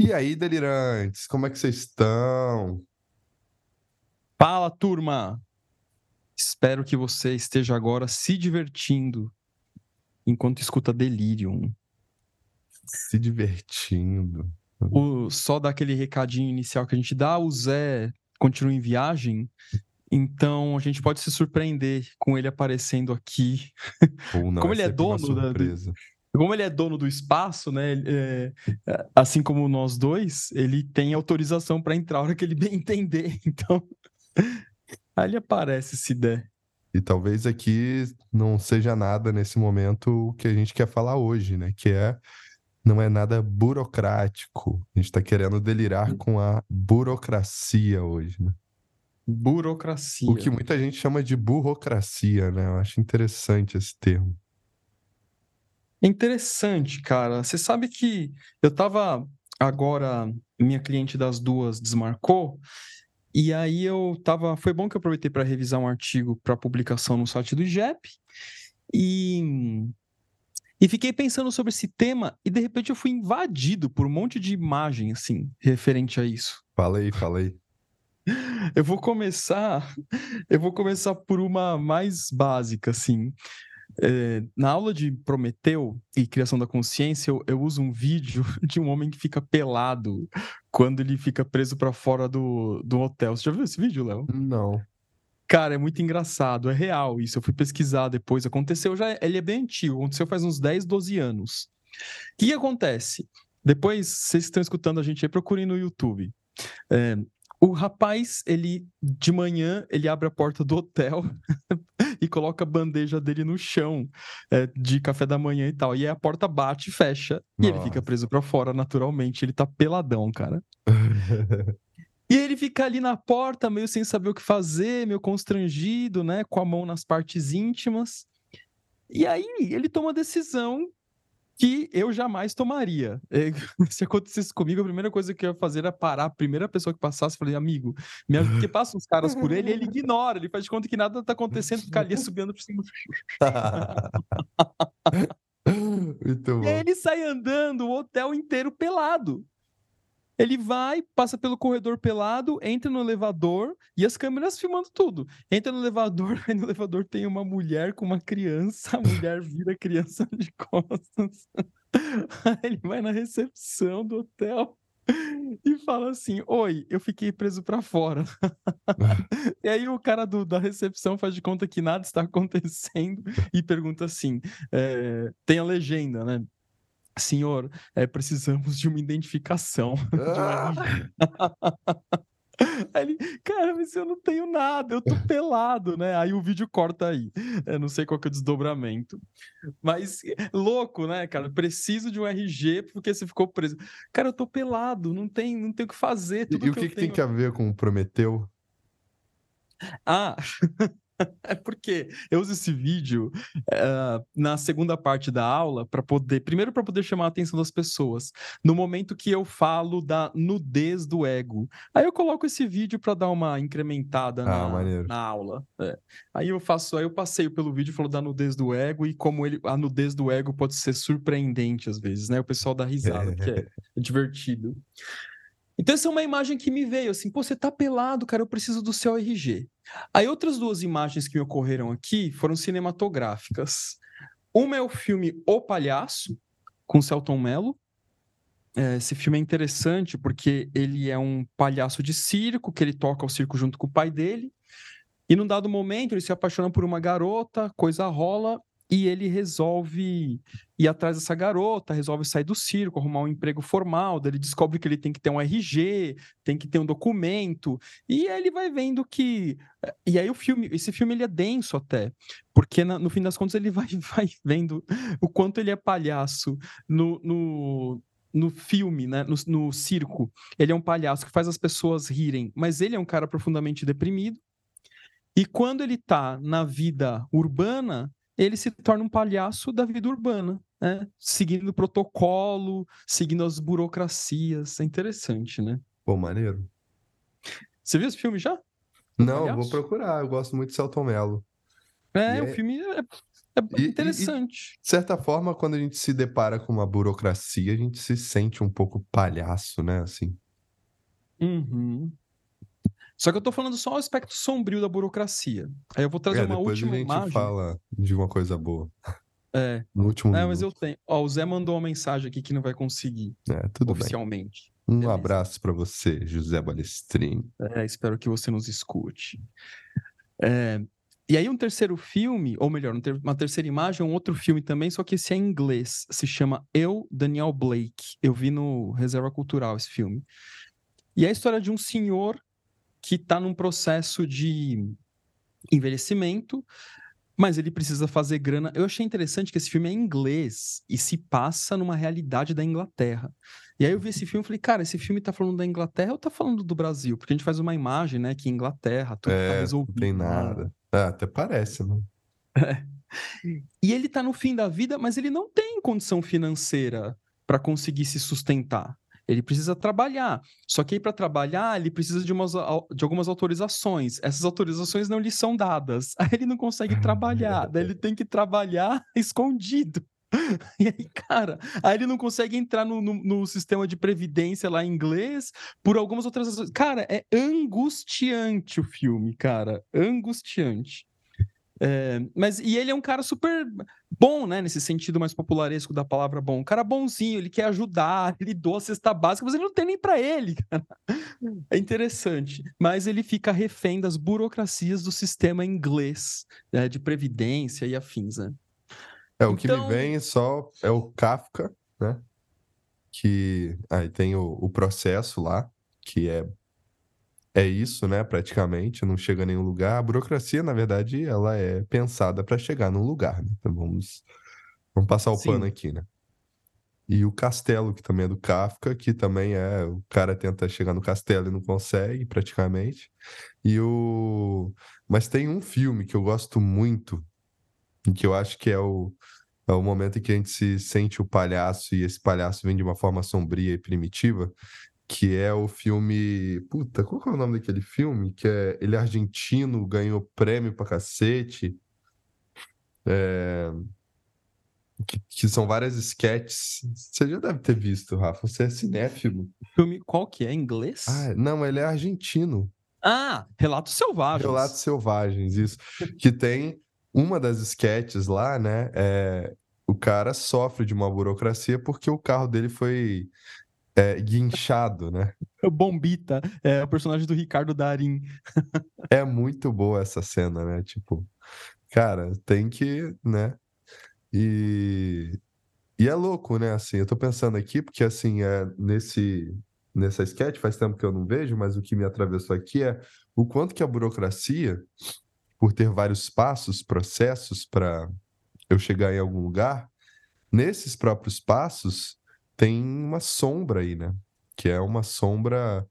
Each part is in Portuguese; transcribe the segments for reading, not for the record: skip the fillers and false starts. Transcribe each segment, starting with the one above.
E aí, delirantes, como é que vocês estão? Fala, turma! Espero que você esteja agora se divertindo enquanto escuta Delirium. Se divertindo. Só dar aquele recadinho inicial que a gente dá, o Zé continua em viagem, então a gente pode se surpreender com ele aparecendo aqui. Ou não, Como é ele é sempre uma dono surpresa. como ele é dono do espaço, né? Assim como nós dois, ele tem autorização para entrar a hora que ele bem entender. Então, aí ele aparece se der. E talvez aqui não seja nada nesse momento o que a gente quer falar hoje, né? Não é nada burocrático. A gente tá querendo delirar com a burocracia hoje, né? O que Burocracia. muita gente chama de burocracia, né? Eu acho interessante esse termo. É interessante, cara. Você sabe que eu tava agora, minha cliente das duas desmarcou, e aí eu tava. Foi bom que eu aproveitei para revisar um artigo para publicação no site do IGEP, e, e fiquei pensando sobre esse tema, e de repente eu fui invadido por um monte de imagem, assim, referente a isso. Falei. Eu vou começar, eu vou começar por uma mais básica, assim. Na aula de Prometeu e criação da consciência, eu uso um vídeo de um homem que fica pelado quando ele fica preso para fora do hotel. Você já viu esse vídeo, Léo? Não. Cara, é muito engraçado, é real isso. Eu fui pesquisar depois, aconteceu já, ele é bem antigo, aconteceu faz uns 10, 12 anos. O que acontece? Depois, vocês estão escutando a gente aí, procurem no YouTube. É, o rapaz, ele de manhã, ele abre a porta do hotel e coloca a bandeja dele no chão de café da manhã e tal. E aí a porta bate e fecha e ele fica Nossa. preso pra fora naturalmente. Ele tá peladão, cara. E ele fica ali na porta, meio sem saber o que fazer, meio constrangido, né? Com a mão nas partes íntimas. E aí ele toma uma decisão que eu jamais tomaria. Se acontecesse comigo, a primeira coisa que eu ia fazer era parar a primeira pessoa que passasse e falei, amigo, me ajuda, porque passam os caras por ele e ele ignora, ele faz de conta que nada tá acontecendo, fica ali subindo por cima. Muito E aí bom. ele sai andando o hotel inteiro pelado. Ele vai, passa pelo corredor pelado, entra no elevador e as câmeras filmando tudo. Entra no elevador, aí no elevador tem uma mulher com uma criança, a mulher vira a criança de costas. Aí ele vai na recepção do hotel e fala assim: Oi, eu fiquei preso pra fora. E aí o cara da recepção faz de conta que nada está acontecendo e pergunta assim: tem a legenda, né? Senhor, precisamos de uma identificação de um RG. Aí ele, cara, mas eu não tenho nada, eu tô pelado, né? Aí o vídeo corta aí. Eu não sei qual que é o desdobramento. Mas louco, né, cara? Preciso de um RG porque você ficou preso. Cara, eu tô pelado, não tem o que fazer, E tudo o que eu que tem tenho. que a ver com o Prometeu? Ah, é porque eu uso esse vídeo na segunda parte da aula para poder, primeiro para poder chamar a atenção das pessoas, no momento que eu falo da nudez do ego. Aí eu coloco esse vídeo para dar uma incrementada Ah, na, maneiro. na aula. Aí eu passeio pelo vídeo e falo da nudez do ego e como a nudez do ego pode ser surpreendente às vezes, né? O pessoal dá risada, porque é divertido. Então, essa é uma imagem que me veio assim, pô, você tá pelado, cara, eu preciso do seu RG. Aí, outras duas imagens que me ocorreram aqui foram cinematográficas. Uma é o filme O Palhaço, com Selton Mello. Esse filme é interessante porque ele é um palhaço de circo, que ele toca o circo junto com o pai dele. E num dado momento, ele se apaixona por uma garota, coisa rola, e ele resolve ir atrás dessa garota, resolve sair do circo, arrumar um emprego formal, daí ele descobre que ele tem que ter um RG, tem que ter um documento, e aí ele vai vendo que... E aí esse filme ele é denso até, porque no fim das contas ele vai vendo o quanto ele é palhaço no filme, né? No circo. Ele é um palhaço que faz as pessoas rirem, mas ele é um cara profundamente deprimido, e quando ele está na vida urbana, ele se torna um palhaço da vida urbana, né? Seguindo o protocolo, seguindo as burocracias. É interessante, né? Pô, maneiro. Você viu esse filme já? Do Não, vou palhaço? procurar. Eu gosto muito de Selton Mello. E O é, filme É De interessante. certa forma, quando a gente se depara com uma burocracia, a gente se sente um pouco palhaço, né? Assim. Uhum. Só que eu tô falando só o aspecto sombrio da burocracia. Aí eu vou trazer uma Depois a última gente imagem. fala de uma coisa boa, É, no último mas eu minuto. tenho. Ó, o Zé mandou uma mensagem aqui que não vai conseguir Tudo bem. oficialmente. Um Beleza. abraço para você, José Balestrin. Espero que você nos escute. É, e aí um terceiro filme, ou melhor, uma terceira imagem, um outro filme também, só que esse é em inglês. Se chama Eu, Daniel Blake. Eu vi no Reserva Cultural esse filme. E é a história de um senhor que está num processo de envelhecimento, mas ele precisa fazer grana. Eu achei interessante que esse filme é em inglês e se passa numa realidade da Inglaterra. E aí eu vi esse filme e falei, cara, esse filme tá falando da Inglaterra ou tá falando do Brasil? Porque a gente faz uma imagem, né, que em Inglaterra tudo tá Não tem resolvido lá. nada. Até parece, né? E ele tá no fim da vida, mas ele não tem condição financeira para conseguir se sustentar. Ele precisa trabalhar. Só que aí para trabalhar, ele precisa de algumas autorizações. Essas autorizações não lhe são dadas. Aí ele não consegue trabalhar. Daí ele tem que trabalhar escondido. E aí, cara, aí ele não consegue entrar no sistema de previdência lá em inglês por algumas outras razões. Cara, é angustiante o filme, cara. Angustiante. E ele é um cara super bom, né? Nesse sentido mais popularesco da palavra bom. Um cara bonzinho, ele quer ajudar, ele doa a cesta básica, mas ele não tem nem pra ele, cara. É interessante. Mas ele fica refém das burocracias do sistema inglês, né, de previdência e afins, né? O que me Então, vem só é o Kafka, né? Que aí tem o processo lá, que é isso, né? Praticamente, não chega a nenhum lugar. A burocracia, na verdade, ela é pensada para chegar num lugar, né? Então vamos passar o pano sim. aqui, né? E o castelo, que também é do Kafka, que também o cara tenta chegar no castelo e não consegue, praticamente. Mas tem um filme que eu gosto muito, e que eu acho que é o momento em que a gente se sente o palhaço, e esse palhaço vem de uma forma sombria e primitiva, que é o filme. Puta, qual que é o nome daquele filme? Ele é argentino, ganhou prêmio pra cacete. É, que são várias sketches. Você já deve ter visto, Rafa. Você é cinéfilo. Filme, qual que é? Em inglês? Não, ele é argentino. Ah, Relatos Relatos Selvagens. Selvagens, isso. Que tem uma das sketches lá, né? O cara sofre de uma burocracia porque o carro dele foi guinchado, né? O Bombita, é o personagem do Ricardo Darín. É muito boa essa cena, né? Tipo, cara, tem que, né? E, e é louco, né? Assim, eu tô pensando aqui, porque assim, nessa sketch faz tempo que eu não vejo, mas o que me atravessou aqui é o quanto que a burocracia, por ter vários passos, processos para eu chegar em algum lugar, nesses próprios passos tem uma sombra aí, né? Que é uma sombra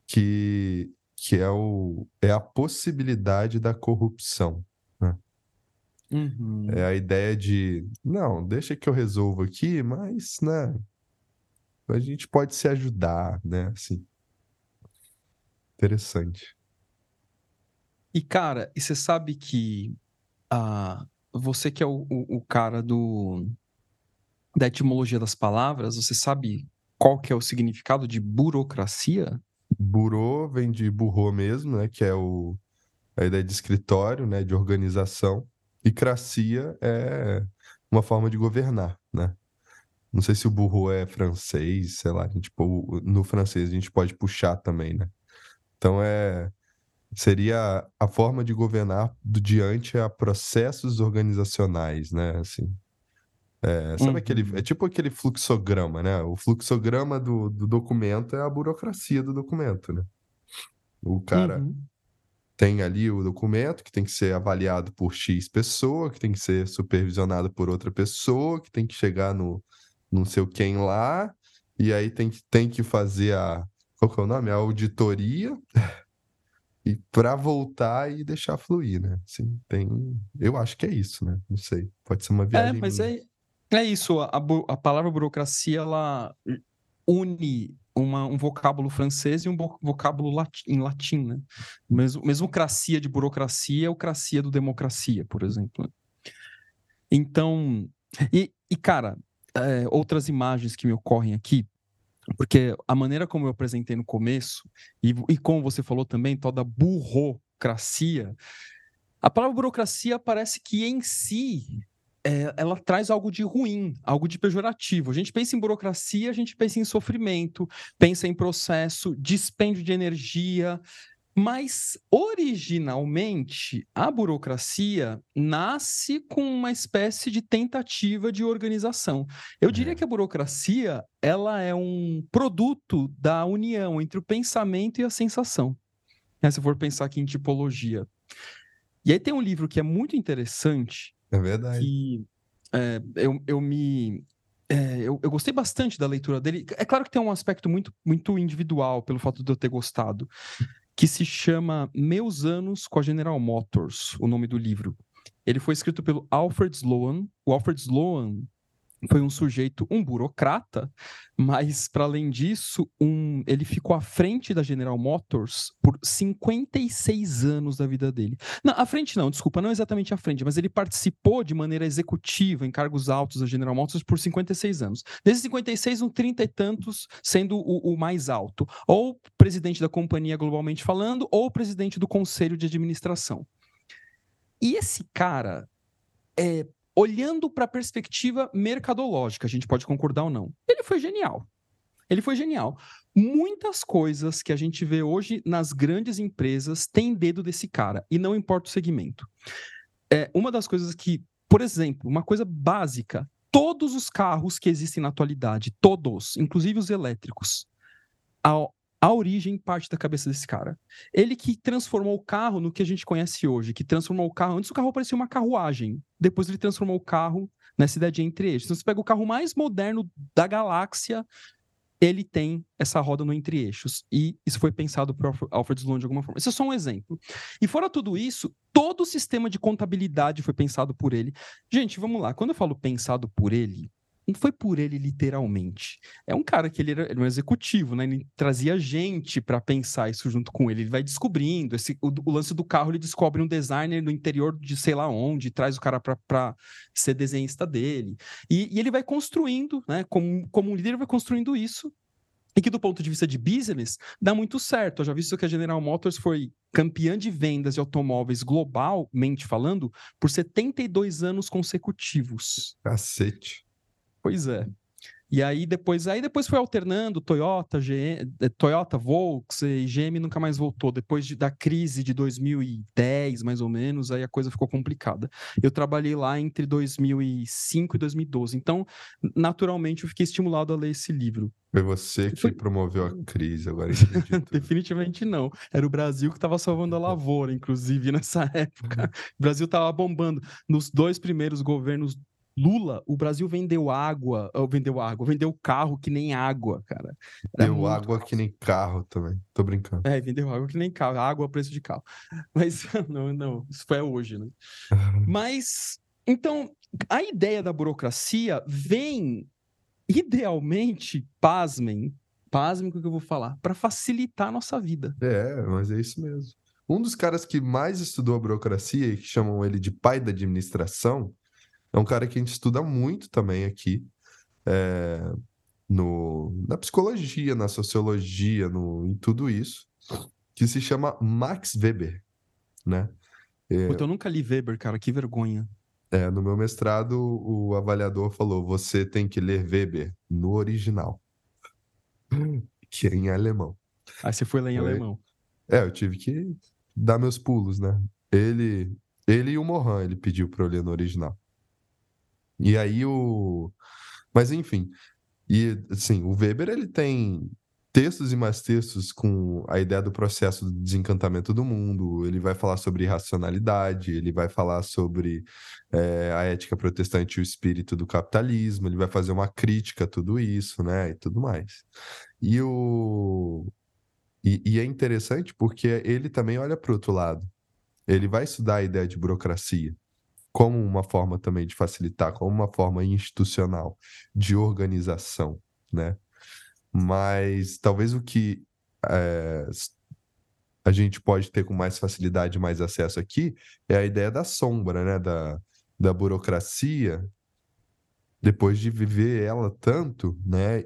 que é a possibilidade da corrupção, né? É Uhum. a ideia de, não, deixa que eu resolvo aqui, mas, né, a gente pode se ajudar, né? Assim, interessante. E, cara, e você sabe que você que é o cara da etimologia das palavras, você sabe qual que é o significado de burocracia? Burô vem de burro mesmo, né? Que é a ideia de escritório, né? De organização. E cracia é uma forma de governar, né? Não sei se o burro é francês, sei lá. Tipo, no francês a gente pode puxar também, né? Então seria a forma de governar diante a processos organizacionais, né? Assim, sabe é Uhum. tipo aquele fluxograma, né? O fluxograma do documento é a burocracia do documento, né? O cara Uhum. tem ali o documento que tem que ser avaliado por X pessoa, que tem que ser supervisionado por outra pessoa, que tem que chegar no não sei o quem lá, e aí tem que fazer qual que é o nome? A auditoria, e para voltar e deixar fluir, né? Assim, eu acho que é isso, né? Não sei, pode ser uma viagem Mas minha. é isso. A palavra burocracia, ela une um vocábulo francês e um vocábulo em latim, né? Mesmo cracia de burocracia é o cracia do democracia, por exemplo. Então, cara, outras imagens que me ocorrem aqui, porque a maneira como eu apresentei no começo, e como você falou também, tal da burocracia, a palavra burocracia parece que em si ela traz algo de ruim, algo de pejorativo. A gente pensa em burocracia, a gente pensa em sofrimento, pensa em processo, dispêndio de energia, mas, originalmente, a burocracia nasce com uma espécie de tentativa de organização. Eu diria É, que a burocracia, ela é um produto da união entre o pensamento e a sensação, né, se for pensar aqui em tipologia. E aí tem um livro que é muito interessante, é verdade. que eu gostei bastante da leitura dele. É claro que tem um aspecto muito, muito individual, pelo fato de eu ter gostado, que se chama Meus Anos com a General Motors, o nome do livro. Ele foi escrito pelo Alfred Sloan. O Alfred Sloan foi um sujeito, um burocrata, mas, para além disso, ele ficou à frente da General Motors por 56 anos da vida dele. Não, à frente não, desculpa, não exatamente à frente, mas ele participou de maneira executiva em cargos altos da General Motors por 56 anos. Desses 56, 30 e tantos sendo o mais alto. Ou presidente da companhia globalmente falando, ou presidente do conselho de administração. E esse cara, olhando para a perspectiva mercadológica, a gente pode concordar ou não, ele foi genial. Ele foi genial. Muitas coisas que a gente vê hoje nas grandes empresas têm dedo desse cara, e não importa o segmento. Uma das coisas que, por exemplo, uma coisa básica, todos os carros que existem na atualidade, todos, inclusive os elétricos, a origem parte da cabeça desse cara. Ele que transformou o carro no que a gente conhece hoje, que transformou o carro. Antes o carro parecia uma carruagem. Depois ele transformou o carro nessa ideia de entre-eixos. Então você pega o carro mais moderno da galáxia, ele tem essa roda no entre-eixos. E isso foi pensado por Alfred Sloan de alguma forma. Isso é só um exemplo. E fora tudo isso, todo o sistema de contabilidade foi pensado por ele. Gente, vamos lá. Quando eu falo pensado por ele, não foi por ele literalmente. É um cara que ele era um executivo, né? Ele trazia gente para pensar isso junto com ele. Ele vai descobrindo. O lance do carro, ele descobre um designer no interior de sei lá onde, traz o cara para ser desenhista dele. E ele vai construindo, né? Como um líder, ele vai construindo isso. E que, do ponto de vista de business, dá muito certo. Eu já visto que a General Motors foi campeã de vendas de automóveis globalmente falando por 72 anos consecutivos. Cacete. Pois é. E aí depois foi alternando Toyota, Volks e GM nunca mais voltou. Depois da crise de 2010, mais ou menos, aí a coisa ficou complicada. Eu trabalhei lá entre 2005 e 2012. Então, naturalmente, eu fiquei estimulado a ler esse livro. Foi você que Foi... promoveu a crise, agora entendi tudo. Definitivamente não. Era o Brasil que estava salvando a lavoura, inclusive, nessa época. O Brasil estava bombando. Nos 2 primeiros governos Lula, o Brasil vendeu carro que nem água, cara. Era Deu muito. água que nem carro também. Tô brincando. Vendeu água que nem carro. Água a preço de carro. Mas não, não, isso foi hoje, né? Mas, então, a ideia da burocracia vem, idealmente, pasmem com o que eu vou falar, para facilitar a nossa vida. Mas é isso mesmo. Um dos caras que mais estudou a burocracia e que chamam ele de pai da administração é um cara que a gente estuda muito também aqui, é, na psicologia, na sociologia, em tudo isso, que se chama Max Weber, né? Puta, eu nunca li Weber, cara, que vergonha. No meu mestrado, o avaliador falou: você tem que ler Weber no original, que é em alemão. Aí você foi ler em Foi- alemão. eu tive que dar meus pulos, né? Ele e o Mohan, ele pediu para eu ler no original. E aí Mas enfim, e assim, o Weber ele tem textos e mais textos com a ideia do processo do desencantamento do mundo, ele vai falar sobre racionalidade, ele vai falar sobre a ética protestante e o espírito do capitalismo, ele vai fazer uma crítica a tudo isso, né, e tudo mais. E, o... e é interessante porque ele também olha para o outro lado, ele vai estudar a ideia de burocracia como uma forma também de facilitar, como uma forma institucional de organização, né? Mas talvez o que é, a gente pode ter com mais facilidade, mais acesso aqui, é a ideia da sombra, né? da burocracia depois de viver ela tanto, né?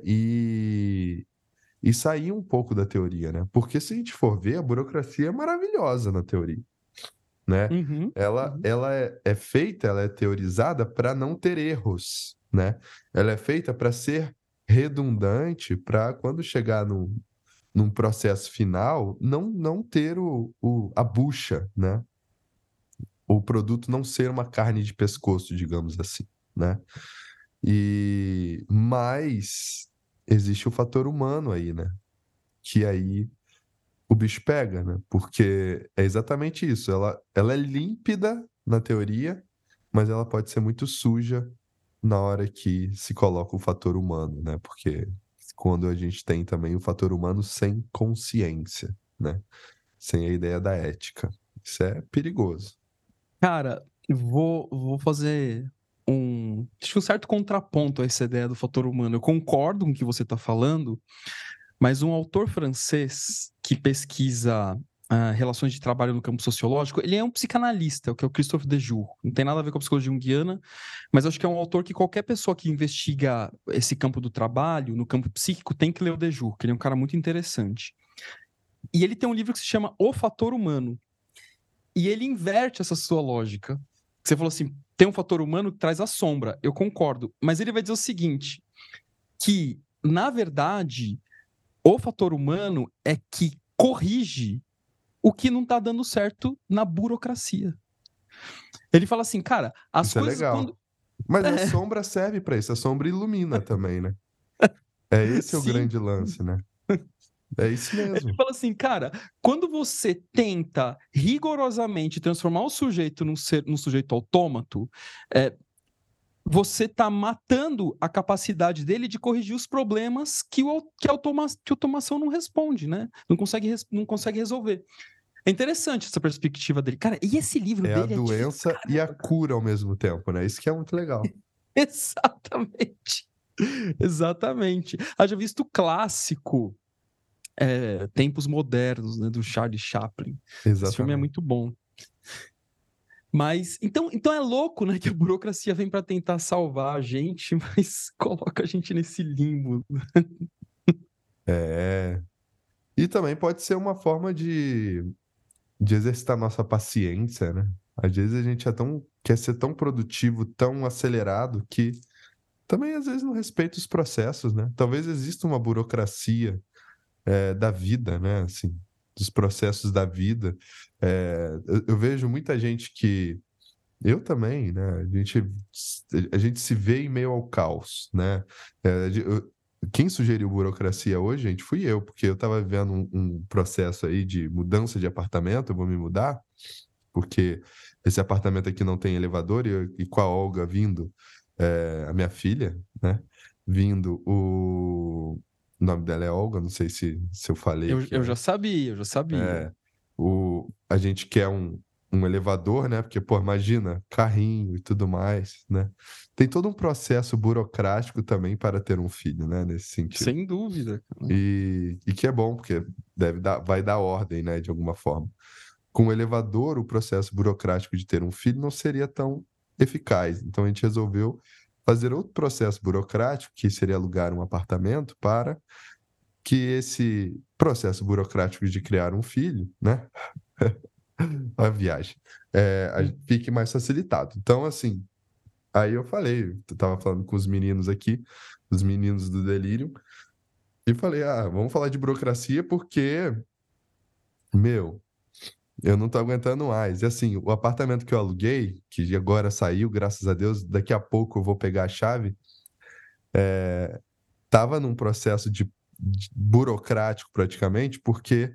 E sair um pouco da teoria, né? Porque se a gente for ver, a burocracia é maravilhosa na teoria, né? Uhum, uhum. Ela é feita, ela é teorizada para não ter erros, né? Ela é feita para ser redundante, para quando chegar num processo final, não ter a bucha, né? O produto não ser uma carne de pescoço, digamos assim, né? Mas existe o fator humano aí, né? Que aí o bicho pega, né? Porque é exatamente isso. Ela é límpida na teoria, mas ela pode ser muito suja na hora que se coloca o fator humano, né? Porque quando a gente tem também o fator humano sem consciência, né? Sem a ideia da ética. Isso é perigoso. Cara, vou fazer acho que um certo contraponto a essa ideia do fator humano. Eu concordo com o que você está falando, mas um autor francês que pesquisa relações de trabalho no campo sociológico, ele é um psicanalista, que é o Christophe Dejoux. Não tem nada a ver com a psicologia junguiana, mas acho que é um autor que qualquer pessoa que investiga esse campo do trabalho, no campo psíquico, tem que ler o Dejoux, que ele é um cara muito interessante. E ele tem um livro que se chama O Fator Humano. E ele inverte essa sua lógica. Você falou assim, tem um fator humano que traz a sombra. Eu concordo. Mas ele vai dizer o seguinte, que, na verdade, o fator humano é que corrige o que não está dando certo na burocracia. Ele fala assim, cara, as Isso é coisas quando... legal. Mas a É, sombra serve para isso. A sombra ilumina também, né? É esse o sim. grande lance, né? É isso Ele mesmo. fala assim, cara, quando você tenta rigorosamente transformar o sujeito num sujeito autômato, é, você está matando a capacidade dele de corrigir os problemas que a automação não responde, né? Não consegue resolver. É interessante essa perspectiva dele. Cara, e esse livro É a dele é difícil pra doença e a caramba, cara. cura ao mesmo tempo, né? Isso que é muito legal. Exatamente. Exatamente. Haja visto o clássico Tempos Modernos, né, do Charlie Chaplin. Esse filme é Exatamente. muito bom. Mas, então é louco, né, que a burocracia vem para tentar salvar a gente, mas coloca a gente nesse limbo. É. E também pode ser uma forma de exercitar nossa paciência, né? Às vezes a gente quer ser tão produtivo, tão acelerado, que também às vezes não respeita os processos, né? Talvez exista uma burocracia da vida, né? Assim, dos processos da vida. Eu vejo muita gente que eu também, né? A gente se vê em meio ao caos, né? Quem sugeriu burocracia hoje, gente, fui eu, porque eu estava vivendo um processo aí de mudança de apartamento, eu vou me mudar, porque esse apartamento aqui não tem elevador e com a Olga vindo, a minha filha, né? Vindo o nome dela é Olga, não sei se eu falei Eu, aqui eu já antes. sabia, eu já sabia. É, a gente quer um elevador, né? Porque, pô, imagina, carrinho e tudo mais, né? Tem todo um processo burocrático também para ter um filho, né? Nesse sentido. Sem dúvida, cara. E que é bom, porque vai dar ordem, né? De alguma forma. Com o elevador, o processo burocrático de ter um filho não seria tão eficaz. Então, a gente resolveu fazer outro processo burocrático, que seria alugar um apartamento para que esse processo burocrático de criar um filho, né? A viagem, fique mais facilitado. Então, assim, aí eu falei, eu tava falando com os meninos aqui, os meninos do Delírio, e falei, vamos falar de burocracia porque, meu, eu não tô aguentando mais. E assim, o apartamento que eu aluguei, que agora saiu, graças a Deus, daqui a pouco eu vou pegar a chave, tava num processo de burocrático praticamente, porque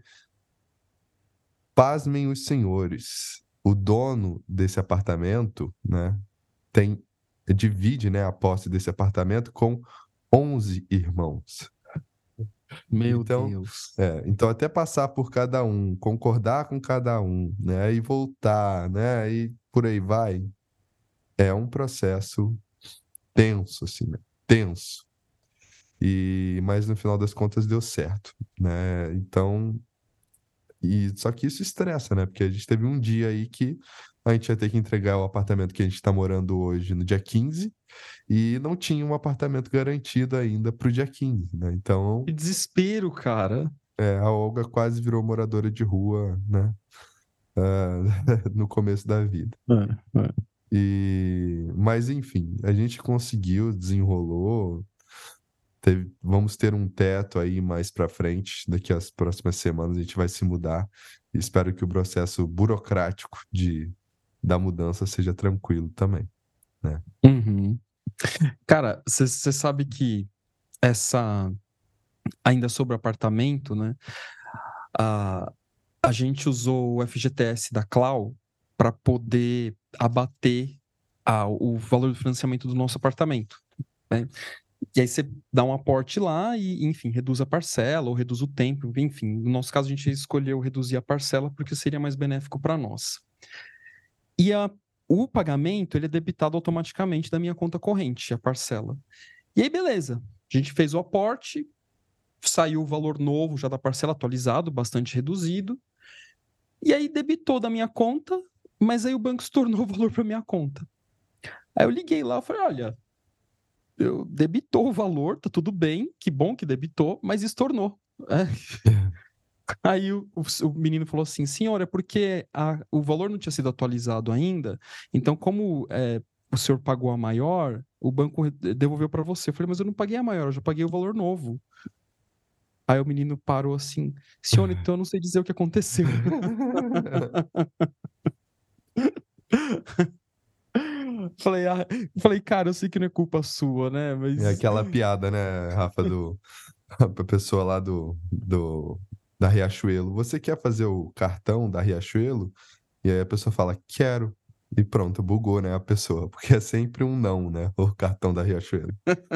pasmem os senhores. O dono desse apartamento, né, tem divide, né, a posse desse apartamento com 11 irmãos. Meu Então, Deus. então até passar por cada um, concordar com cada um, né, e voltar, né, e por aí vai, é um processo tenso, assim, né, tenso. Mas no final das contas deu certo, né? Então, só que isso estressa, né? Porque a gente teve um dia aí que a gente ia ter que entregar o apartamento que a gente está morando hoje no dia 15 e não tinha um apartamento garantido ainda para o dia 15, né? Então, Que desespero, cara. a Olga quase virou moradora de rua, né? Ah, no começo da vida. É. Mas enfim, a gente conseguiu, desenrolou. Vamos ter um teto aí mais para frente, daqui às próximas semanas a gente vai se mudar. Espero que o processo burocrático da mudança seja tranquilo também, né? Uhum. Cara, você sabe que essa. Ainda sobre o apartamento, né? A, a gente usou o FGTS da Clau para poder abater o valor do financiamento do nosso apartamento, né? E aí você dá um aporte lá e, enfim, reduz a parcela ou reduz o tempo, enfim. No nosso caso, a gente escolheu reduzir a parcela porque seria mais benéfico para nós. E o pagamento, ele é debitado automaticamente da minha conta corrente, a parcela. E aí, beleza. A gente fez o aporte, saiu o valor novo já da parcela atualizado, bastante reduzido. E aí debitou da minha conta, mas aí o banco estornou o valor para minha conta. Aí eu liguei lá, eu falei, olha, eu debitou o valor, tá tudo bem, que bom que debitou, mas estornou. Aí o menino falou assim, senhora, é porque o valor não tinha sido atualizado ainda, então como o senhor pagou a maior, o banco devolveu para você. Eu falei, mas eu não paguei a maior, eu já paguei o valor novo. Aí o menino parou assim, senhor, então eu não sei dizer o que aconteceu. Falei, cara, eu sei que não é culpa sua, né? É Mas. aquela piada, né, Rafa, a pessoa lá da Riachuelo. Você quer fazer o cartão da Riachuelo? E aí a pessoa fala, quero. E pronto, bugou, né, a pessoa. Porque é sempre um não, né, o cartão da Riachuelo.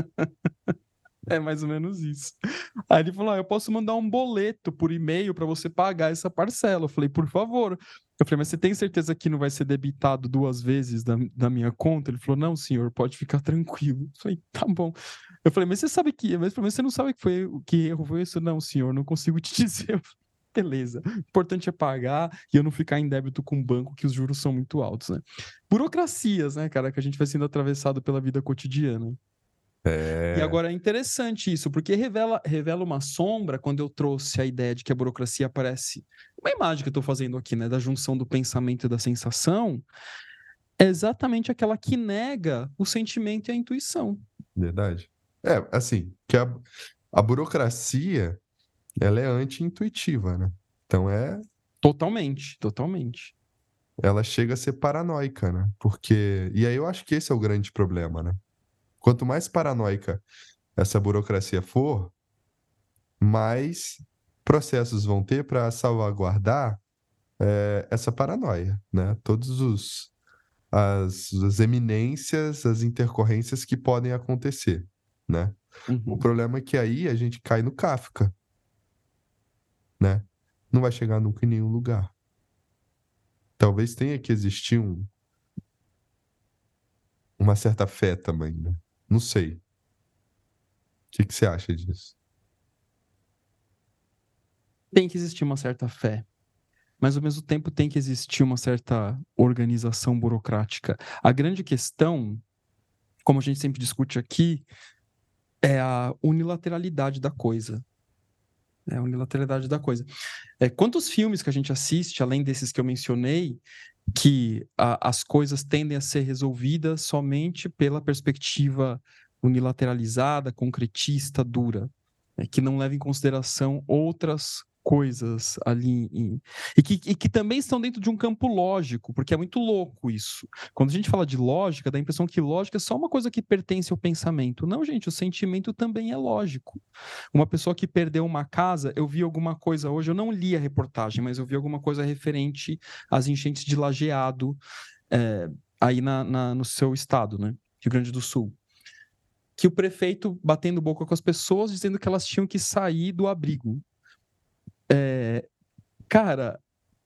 É mais ou menos isso. Aí ele falou: eu posso mandar um boleto por e-mail para você pagar essa parcela. Eu falei, por favor. Eu falei, mas você tem certeza que não vai ser debitado 2 vezes da minha conta? Ele falou, não, senhor, pode ficar tranquilo. Eu falei, tá bom. Eu falei, mas você sabe que. Mas você não sabe que erro foi isso? Não, senhor, não consigo te dizer. Eu falei, beleza. O importante é pagar e eu não ficar em débito com o banco, que os juros são muito altos, né? Burocracias, né, cara, que a gente vai sendo atravessado pela vida cotidiana. E É, agora é interessante isso, porque revela uma sombra quando eu trouxe a ideia de que a burocracia parece uma imagem que eu estou fazendo aqui, né, da junção do pensamento e da sensação, é exatamente aquela que nega o sentimento e a intuição. verdade. Assim, que a burocracia, ela é anti-intuitiva, né? Então Totalmente, totalmente. ela chega a ser paranoica, né? E aí eu acho que esse é o grande problema, né? Quanto mais paranoica essa burocracia for, mais processos vão ter para salvaguardar essa paranoia, né? As eminências, as intercorrências que podem acontecer, né? O Uhum. problema é que aí a gente cai no Kafka, né? Não vai chegar nunca em nenhum lugar. Talvez tenha que existir uma certa fé também, né? Não sei. O que você acha disso? Tem que existir uma certa fé, mas ao mesmo tempo tem que existir uma certa organização burocrática. A grande questão, como a gente sempre discute aqui, é a unilateralidade da coisa. É a unilateralidade da coisa. Quantos filmes que a gente assiste, além desses que eu mencionei, que as coisas tendem a ser resolvidas somente pela perspectiva unilateralizada, concretista, dura, né, que não leva em consideração outras coisas ali e que também estão dentro de um campo lógico, porque é muito louco isso. Quando a gente fala de lógica, dá a impressão que lógica é só uma coisa que pertence ao pensamento. Não, gente, o sentimento também é lógico. Uma pessoa que perdeu uma casa, eu vi alguma coisa hoje, eu não li a reportagem, mas eu vi alguma coisa referente às enchentes de Lajeado, aí no seu estado, né? Rio Grande do Sul. Que o prefeito batendo boca com as pessoas, dizendo que elas tinham que sair do abrigo. Cara,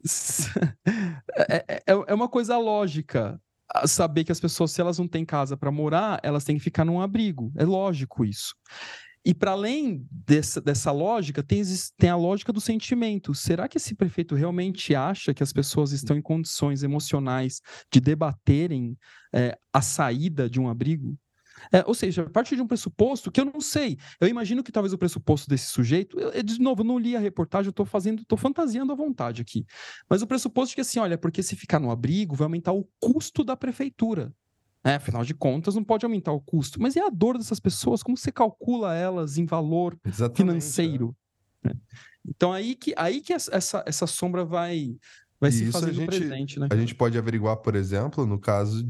é uma coisa lógica saber que as pessoas, se elas não têm casa para morar, elas têm que ficar num abrigo. É lógico isso. E para além dessa lógica, tem a lógica do sentimento. Será que esse prefeito realmente acha que as pessoas estão em condições emocionais de debaterem a saída de um abrigo? Ou seja, a partir de um pressuposto que eu não sei. Eu imagino que talvez o pressuposto desse sujeito. De novo, eu não li a reportagem, eu estou fantasiando à vontade aqui. Mas o pressuposto de que assim, olha, porque se ficar no abrigo, vai aumentar o custo da prefeitura. Afinal de contas, não pode aumentar o custo. Mas e a dor dessas pessoas? Como você calcula elas em valor Exatamente. financeiro? Então, aí que essa sombra vai se E isso fazendo presente, né, a cara? gente pode averiguar, por exemplo, no caso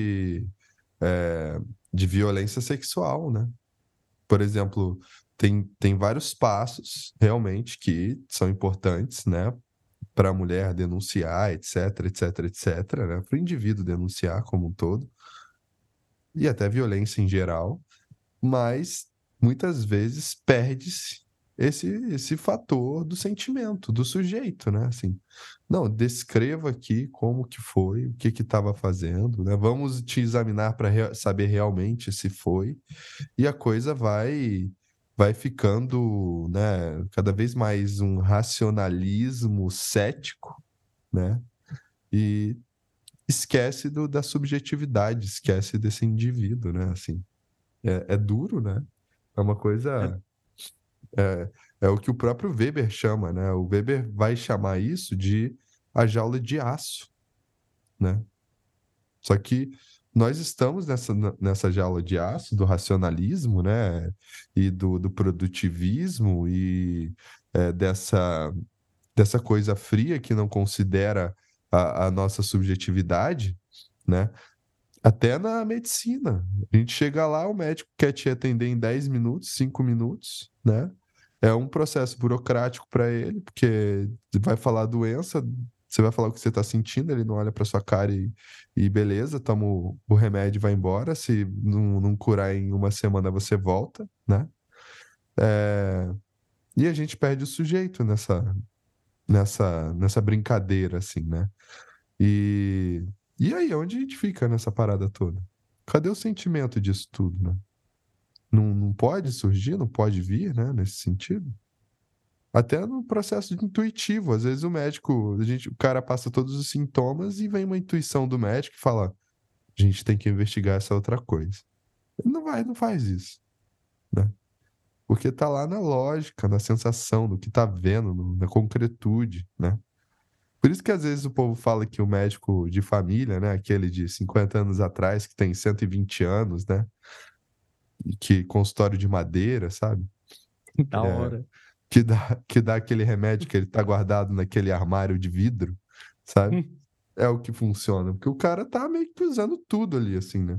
de violência sexual, né? Por exemplo, tem vários passos realmente que são importantes, né? Para a mulher denunciar, etc, etc, etc, né? Para o indivíduo denunciar como um todo, e até violência em geral, mas muitas vezes perde-se esse fator do sentimento, do sujeito, né? Assim, não, descreva aqui como que foi, o que que estava fazendo, né? Vamos te examinar para saber realmente se foi, e a coisa vai ficando, né, cada vez mais um racionalismo cético, né? E esquece da subjetividade, esquece desse indivíduo, né? Assim, é duro, né? É uma É, coisa. É, é o que o próprio Weber chama, né? O Weber vai chamar isso de a jaula de aço, né? Só que nós estamos nessa jaula de aço do racionalismo, né? E do produtivismo e dessa coisa fria que não considera a nossa subjetividade, né? Até na medicina. A gente chega lá, o médico quer te atender em 10 minutos, 5 minutos, né? É um processo burocrático para ele, porque vai falar a doença, você vai falar o que você está sentindo, ele não olha para sua cara e beleza, toma o remédio e vai embora. Se não curar em uma semana, você volta, né? É, e a gente perde o sujeito nessa brincadeira, assim, né? E, e aí, onde a gente fica nessa parada toda? Cadê o sentimento disso tudo, né? Não pode surgir, não pode vir, né? Nesse sentido. Até no processo intuitivo. Às vezes o cara passa todos os sintomas e vem uma intuição do médico e fala: a gente tem que investigar essa outra coisa. Ele não faz isso, né? Porque tá lá na lógica, na sensação, no que tá vendo, na concretude, né? Por isso que às vezes o povo fala que o médico de família, né, aquele de 50 anos atrás, que tem 120 anos, né, e que consultório de madeira, sabe? da É, hora. que dá aquele remédio que ele tá guardado naquele armário de vidro, sabe? É o que funciona, porque o cara tá meio que usando tudo ali, assim, né?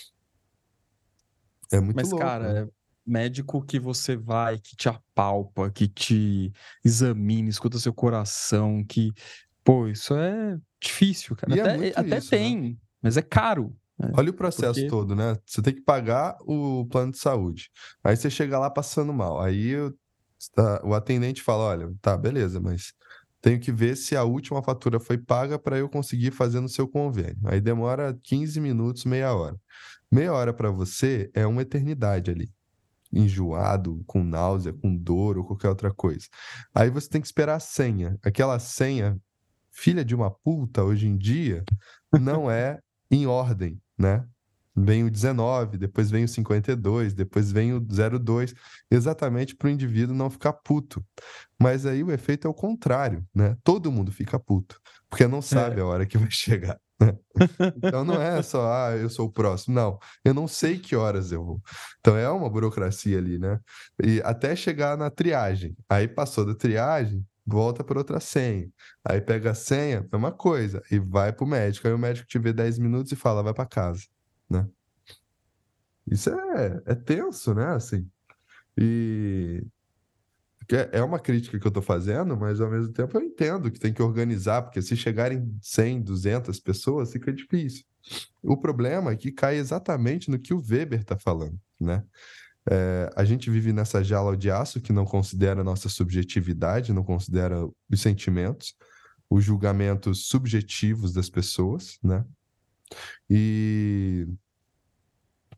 É muito Mas, louco, né? cara, médico que você vai, que te apalpa, que te examina, escuta seu coração, que, pô, isso é difícil, cara. E é Até, muito até isso, né? tem, mas é caro, né? Olha o processo Porque. todo, né? Você tem que pagar o plano de saúde. Aí você chega lá passando mal. Aí o atendente fala: olha, tá, beleza, mas tenho que ver se a última fatura foi paga para eu conseguir fazer no seu convênio. Aí demora 15 minutos, meia hora. Meia hora para você é uma eternidade ali. Enjoado, com náusea, com dor ou qualquer outra coisa. Aí você tem que esperar a senha. Aquela senha, filha de uma puta, hoje em dia, não é em ordem, né? Vem o 19, depois vem o 52, depois vem o 02, exatamente para o indivíduo não ficar puto. Mas aí o efeito é o contrário, né? Todo mundo fica puto, porque não sabe É. a hora que vai chegar, né? Então não é só, eu sou o próximo. Não, eu não sei que horas eu vou. Então é uma burocracia ali, né? E até chegar na triagem. Aí passou da triagem, volta para outra senha. Aí pega a senha, é uma coisa, e vai pro médico. Aí o médico te vê 10 minutos e fala, vai para casa, né? Isso é tenso, né? Assim. E porque é uma crítica que eu tô fazendo, mas ao mesmo tempo eu entendo que tem que organizar, porque se chegarem 100, 200 pessoas, fica difícil. O problema é que cai exatamente no que o Weber está falando, né? A gente vive nessa jaula de aço que não considera a nossa subjetividade, não considera os sentimentos, os julgamentos subjetivos das pessoas, né? E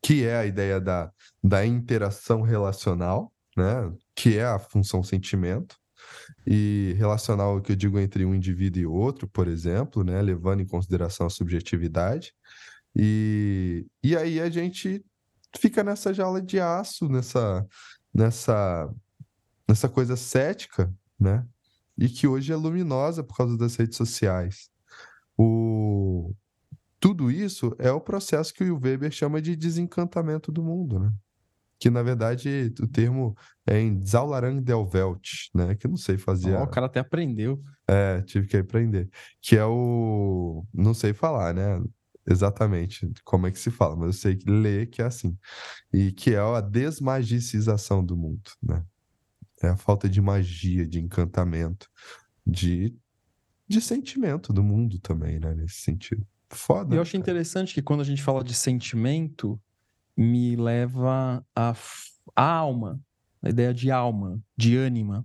que é a ideia da interação relacional, né? Que é a função sentimento, e relacional, que eu digo, entre um indivíduo e outro, por exemplo, né? Levando em consideração a subjetividade. E aí a gente fica nessa jaula de aço, nessa, nessa coisa cética, né? E que hoje é luminosa por causa das redes sociais. O... Tudo isso é o processo que o Weber chama de desencantamento do mundo, né? Que, na verdade, o termo é em Zaularang der Welt, né? Que eu não sei fazer, Ó, o cara até aprendeu. tive que aprender. Que é o... Não sei falar, né? Exatamente como é que se fala, mas eu sei que ler que é assim. E que é a desmagicização do mundo, né? É a falta de magia, de encantamento, de, de sentimento do mundo também, né? Nesse sentido. E Foda, eu né, acho cara? interessante que quando a gente fala de sentimento, me leva a alma, a ideia de alma, de ânima.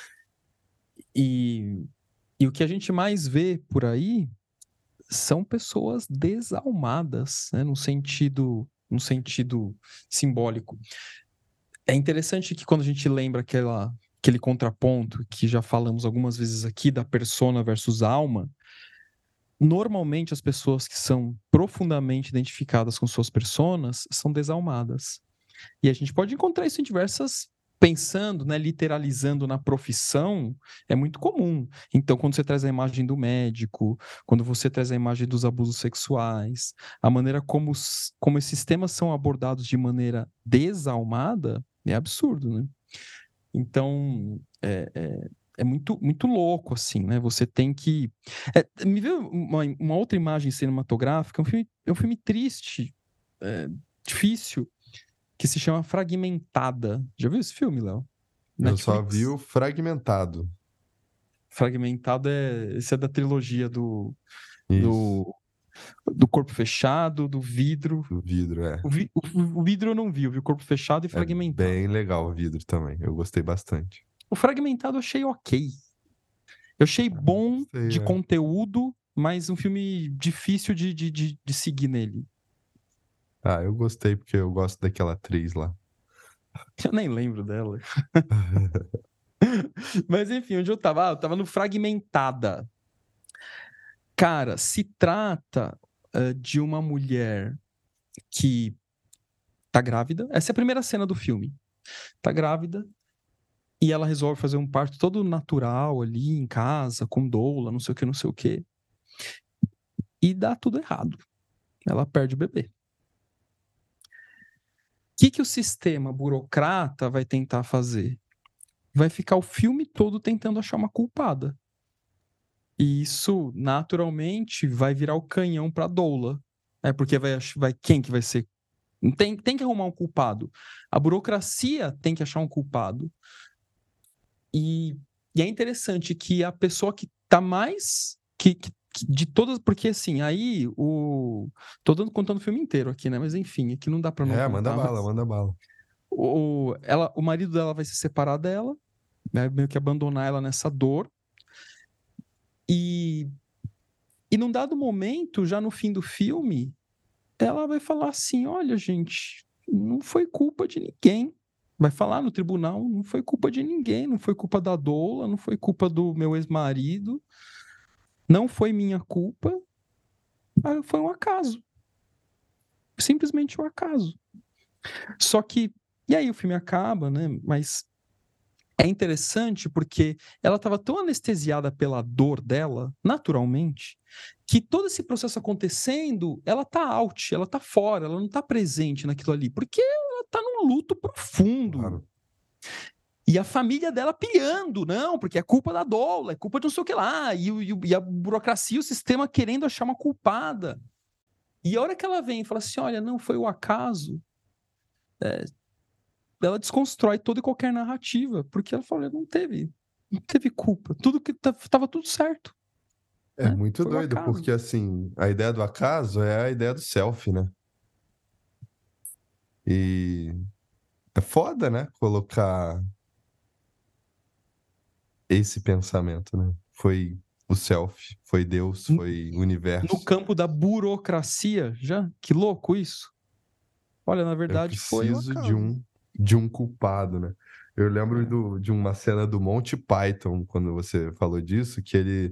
E, e o que a gente mais vê por aí são pessoas desalmadas, né, no sentido simbólico. É interessante que quando a gente lembra aquele contraponto que já falamos algumas vezes aqui da persona versus alma, normalmente as pessoas que são profundamente identificadas com suas personas são desalmadas. E a gente pode encontrar isso em diversas. Pensando, né, literalizando na profissão, é muito comum. Então, quando você traz a imagem do médico, quando você traz a imagem dos abusos sexuais, a maneira como esses temas são abordados de maneira desalmada, é absurdo, né? Então, é muito, muito louco, assim, né? Você tem que. Me veio uma outra imagem cinematográfica, é um filme triste, difícil, que se chama Fragmentada. Já viu esse filme, Léo? Eu só vi Netflix? o fragmentado. Fragmentado esse é da trilogia Isso. do, do Corpo Fechado, do Vidro. O vidro, é. O Vidro eu não vi, eu vi o Corpo Fechado e É Fragmentado. bem legal o vidro também. Eu gostei bastante. O Fragmentado eu achei ok. Eu achei bom Gostei, de é. conteúdo, mas um filme difícil de seguir nele. Ah, eu gostei porque eu gosto daquela atriz lá. Eu nem lembro dela. Mas enfim, onde eu tava? Eu tava no Fragmentada. Cara, se trata de uma mulher que tá grávida. Essa é a primeira cena do filme. Tá grávida e ela resolve fazer um parto todo natural ali em casa, com doula, não sei o que, não sei o que. E dá tudo errado. Ela perde o bebê. O que o sistema burocrata vai tentar fazer? Vai ficar o filme todo tentando achar uma culpada. E isso, naturalmente, vai virar o canhão pra doula. É porque vai quem que vai ser? Tem que arrumar um culpado. A burocracia tem que achar um culpado. E, e é interessante que a pessoa que tá mais. De todas. Porque assim, aí o. Contando o filme inteiro aqui, né? Mas enfim, aqui não dá pra não É, manda contar. bala, Mas manda bala. o marido dela vai se separar dela, né? Meio que abandonar ela nessa dor. E, e num dado momento, já no fim do filme, ela vai falar assim: olha, gente, não foi culpa de ninguém. Vai falar no tribunal: não foi culpa de ninguém, não foi culpa da doula, não foi culpa do meu ex-marido, não foi minha culpa, foi um acaso. Simplesmente um acaso. Só que, e aí o filme acaba, né? Mas é interessante porque ela estava tão anestesiada pela dor dela, naturalmente, que todo esse processo acontecendo, ela tá out, ela tá fora, ela não tá presente naquilo ali, porque ela tá num luto profundo. Claro. E a família dela pilhando, não, porque é culpa da doula, é culpa de não sei o que lá, e a burocracia, o sistema querendo achar uma culpada. E a hora que ela vem e fala assim: olha, não foi o acaso, ela desconstrói toda e qualquer narrativa, porque ela fala: não teve culpa, tudo que estava tudo certo, É né? muito Foi o doido, acaso. porque assim, a ideia do acaso é a ideia do self, né? E é foda, né? Colocar esse pensamento, né? Foi o self, foi Deus, foi o No universo. campo da burocracia, já? Que louco isso. Olha, na Eu verdade foi o preciso acaso. de um culpado, né? Eu lembro de uma cena do Monty Python, quando você falou disso, que ele.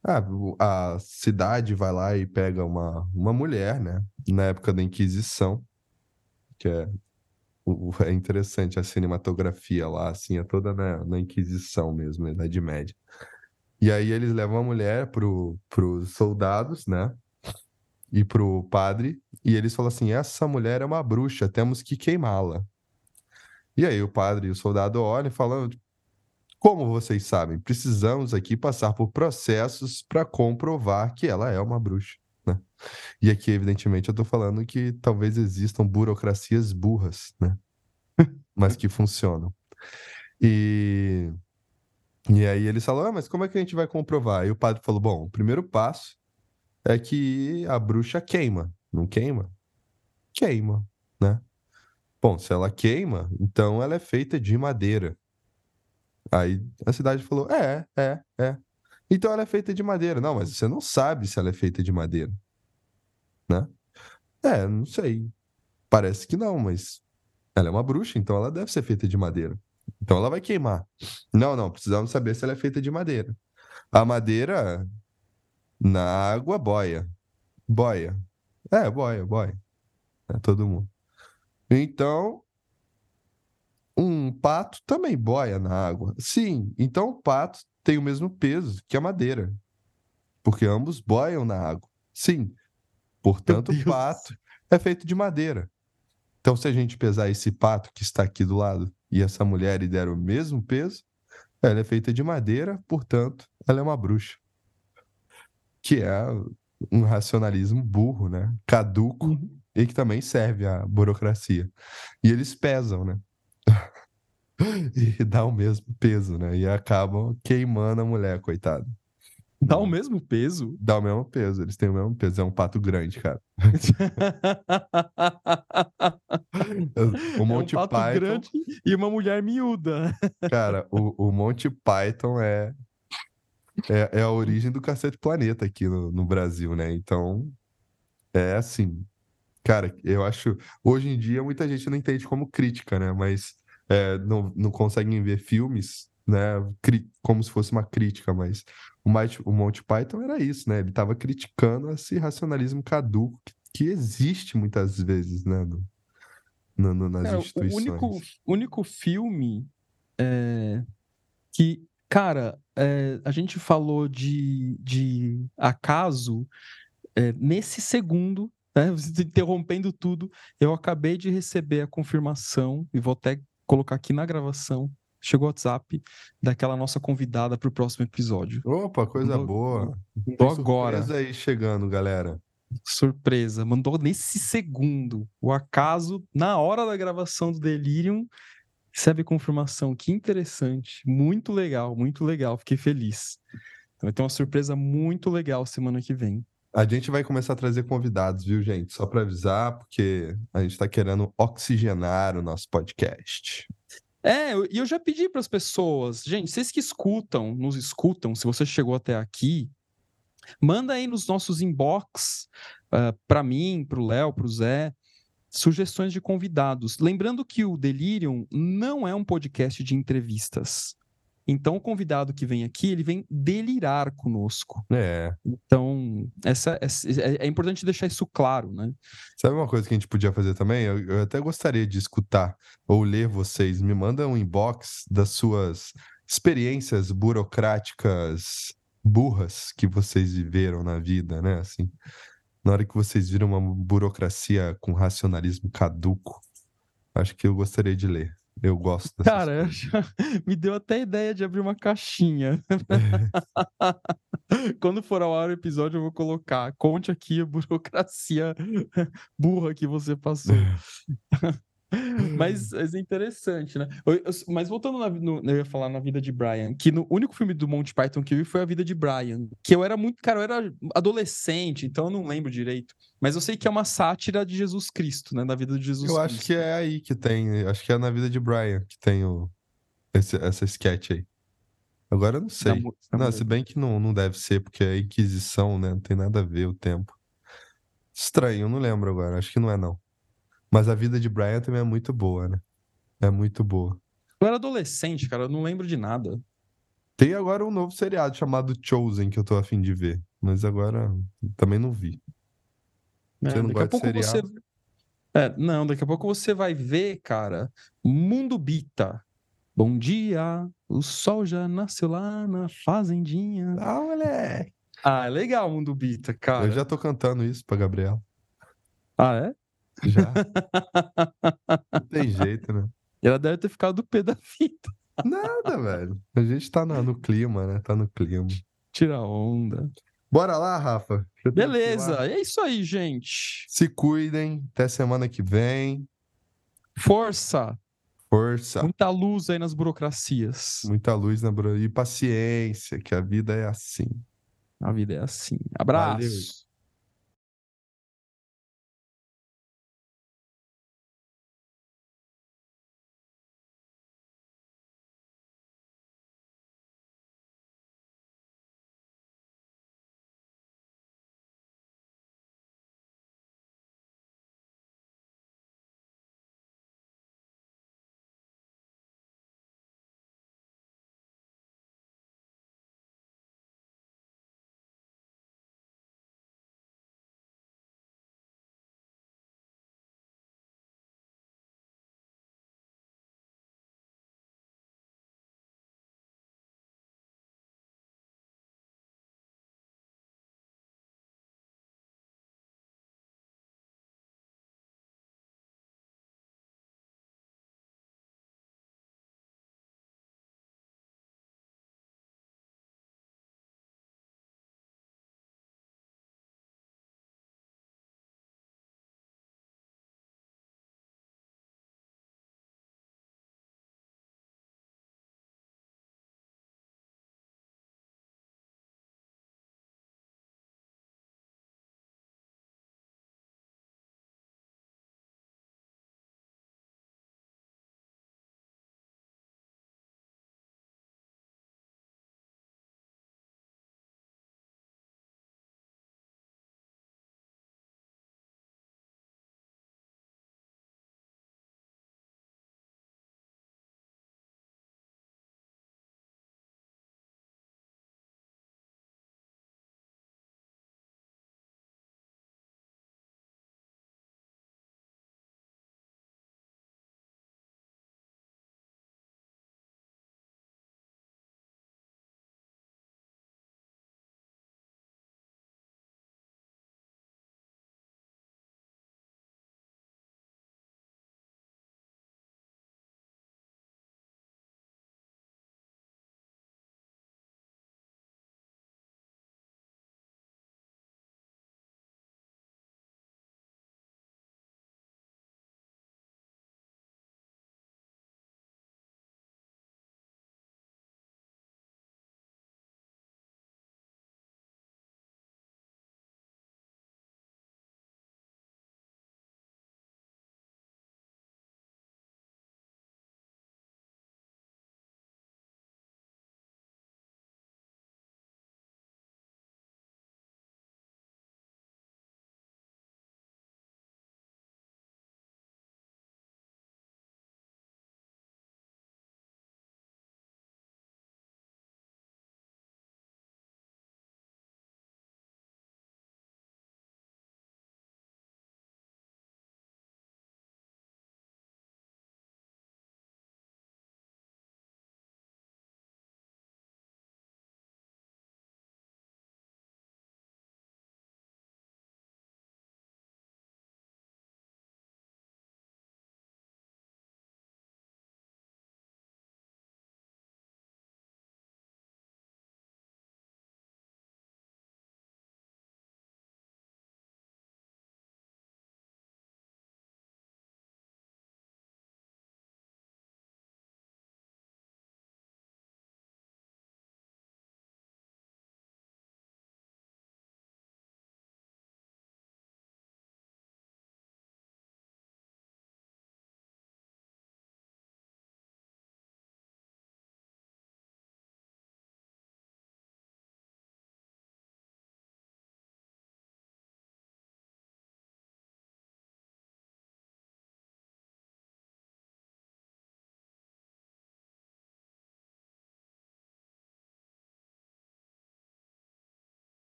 A cidade vai lá e pega uma mulher, né? Na época da Inquisição, que é interessante a cinematografia lá, assim, é toda na Inquisição mesmo, na Idade Média. E aí eles levam a mulher pros soldados, né? E pro padre, e eles falam assim: essa mulher é uma bruxa, temos que queimá-la. E aí o padre e o soldado olham e falam: como vocês sabem, precisamos aqui passar por processos para comprovar que ela é uma bruxa, né? E aqui, evidentemente, eu estou falando que talvez existam burocracias burras, né? Mas que funcionam. E, e aí eles falam: mas como é que a gente vai comprovar? E o padre falou: bom, o primeiro passo é que a bruxa queima. Não queima? Queima, né? Bom, se ela queima, então ela é feita de madeira. Aí a cidade falou: é. Então ela é feita de madeira. Não, mas você não sabe se ela é feita de madeira, né? Não sei. Parece que não, mas ela é uma bruxa, então ela deve ser feita de madeira. Então ela vai queimar. Não, não, precisamos saber se ela é feita de madeira. A madeira na água boia. Boia. Boia. É todo mundo. Então, um pato também boia na água. Sim, então o pato tem o mesmo peso que a madeira, porque ambos boiam na água. Sim, Meu portanto, o Deus do pato céu. é feito de madeira. Então, se a gente pesar esse pato que está aqui do lado e essa mulher e der o mesmo peso, ela é feita de madeira, portanto, ela é uma bruxa. Que é um racionalismo burro, né? Caduco, Uhum. e que também serve à burocracia. E eles pesam, né? E dá o mesmo peso, né? E acabam queimando a mulher, coitada. Dá o Né? mesmo peso? Dá o mesmo peso, eles têm o mesmo peso. É um pato grande, cara. O É um Monty pato Python, grande e uma mulher miúda. cara, o Monty Python é a origem do Cacete Planeta aqui no Brasil, né? Então, é assim. Cara, eu acho. Hoje em dia, muita gente não entende como crítica, né? Mas não conseguem ver filmes, né? Como se fosse uma crítica, mas o Monty Python era isso, né? Ele estava criticando esse racionalismo caduco que existe muitas vezes, né? Nas Cara, o único, instituições. único filme que, cara, a gente falou de acaso, nesse segundo, né, interrompendo tudo, eu acabei de receber a confirmação, e vou até colocar aqui na gravação, chegou o WhatsApp daquela nossa convidada para o próximo episódio. Opa, coisa Mandou, boa. mandou Tem agora. surpresa aí chegando, galera. Surpresa, mandou nesse segundo. O acaso, na hora da gravação do Delirium, recebe confirmação. Que interessante. Muito legal, muito legal. Fiquei feliz. Então vai ter uma surpresa muito legal semana que vem. A gente vai começar a trazer convidados, viu, gente? Só para avisar, porque a gente está querendo oxigenar o nosso podcast. E eu já pedi para as pessoas, gente, vocês que escutam, nos escutam, se você chegou até aqui, manda aí nos nossos inbox, para mim, para o Léo, para o Zé, sugestões de convidados. Lembrando que o Delirium não é um podcast de entrevistas. Então, o convidado que vem aqui, ele vem delirar conosco. É. Então, é importante deixar isso claro, né? Sabe uma coisa que a gente podia fazer também? Eu até gostaria de escutar ou ler vocês. Me manda um inbox das suas experiências burocráticas burras que vocês viveram na vida, né? Assim, na hora que vocês viram uma burocracia com racionalismo caduco, acho que eu gostaria de ler. Eu gosto dessas Cara, coisas. me deu até a ideia de abrir uma caixinha. Quando for ao ar o episódio, eu vou colocar. Conte aqui a burocracia burra que você passou. Mas é interessante, né? Mas voltando eu ia falar na vida de Brian, que no único filme do Monty Python que eu vi foi a vida de Brian, que eu era muito, cara, eu era adolescente, então eu não lembro direito. Mas eu sei que é uma sátira de Jesus Cristo, né? Da vida de Jesus Eu acho que Cristo. é aí que tem, acho que é na vida de Brian que tem essa sketch aí. Agora eu não Da, sei. da Não, mulher. se bem que não deve ser, porque é Inquisição, né? Não tem nada a ver o tempo. Estranho, eu não lembro agora. Acho que não é, não. Mas a vida de Brian também é muito boa, né? É muito boa. Eu era adolescente, cara, eu não lembro de nada. Tem agora um novo seriado chamado Chosen que eu tô a fim de ver. Mas agora também não vi. Você Né? não Daqui a gosta de pouco você. seriado? Não, daqui a pouco você vai ver, cara, Mundo Bita. Bom dia, o sol já nasceu lá na fazendinha. Ah, moleque. Ah, é legal o Mundo Bita, Eu cara. já tô cantando isso pra Gabriela. Ah, é? Já. Não tem jeito, né? Ela deve ter ficado do pé da fita. Nada, velho. A gente tá no clima, né? Tá no clima. Tira onda. Bora lá, Rafa. Eu tenho que ir Beleza, lá. é isso aí, gente. Se cuidem. Até semana que vem. Força, Força. muita luz aí nas burocracias. Muita luz na e paciência, que a vida é assim. A vida é assim. Valeu. Abraço.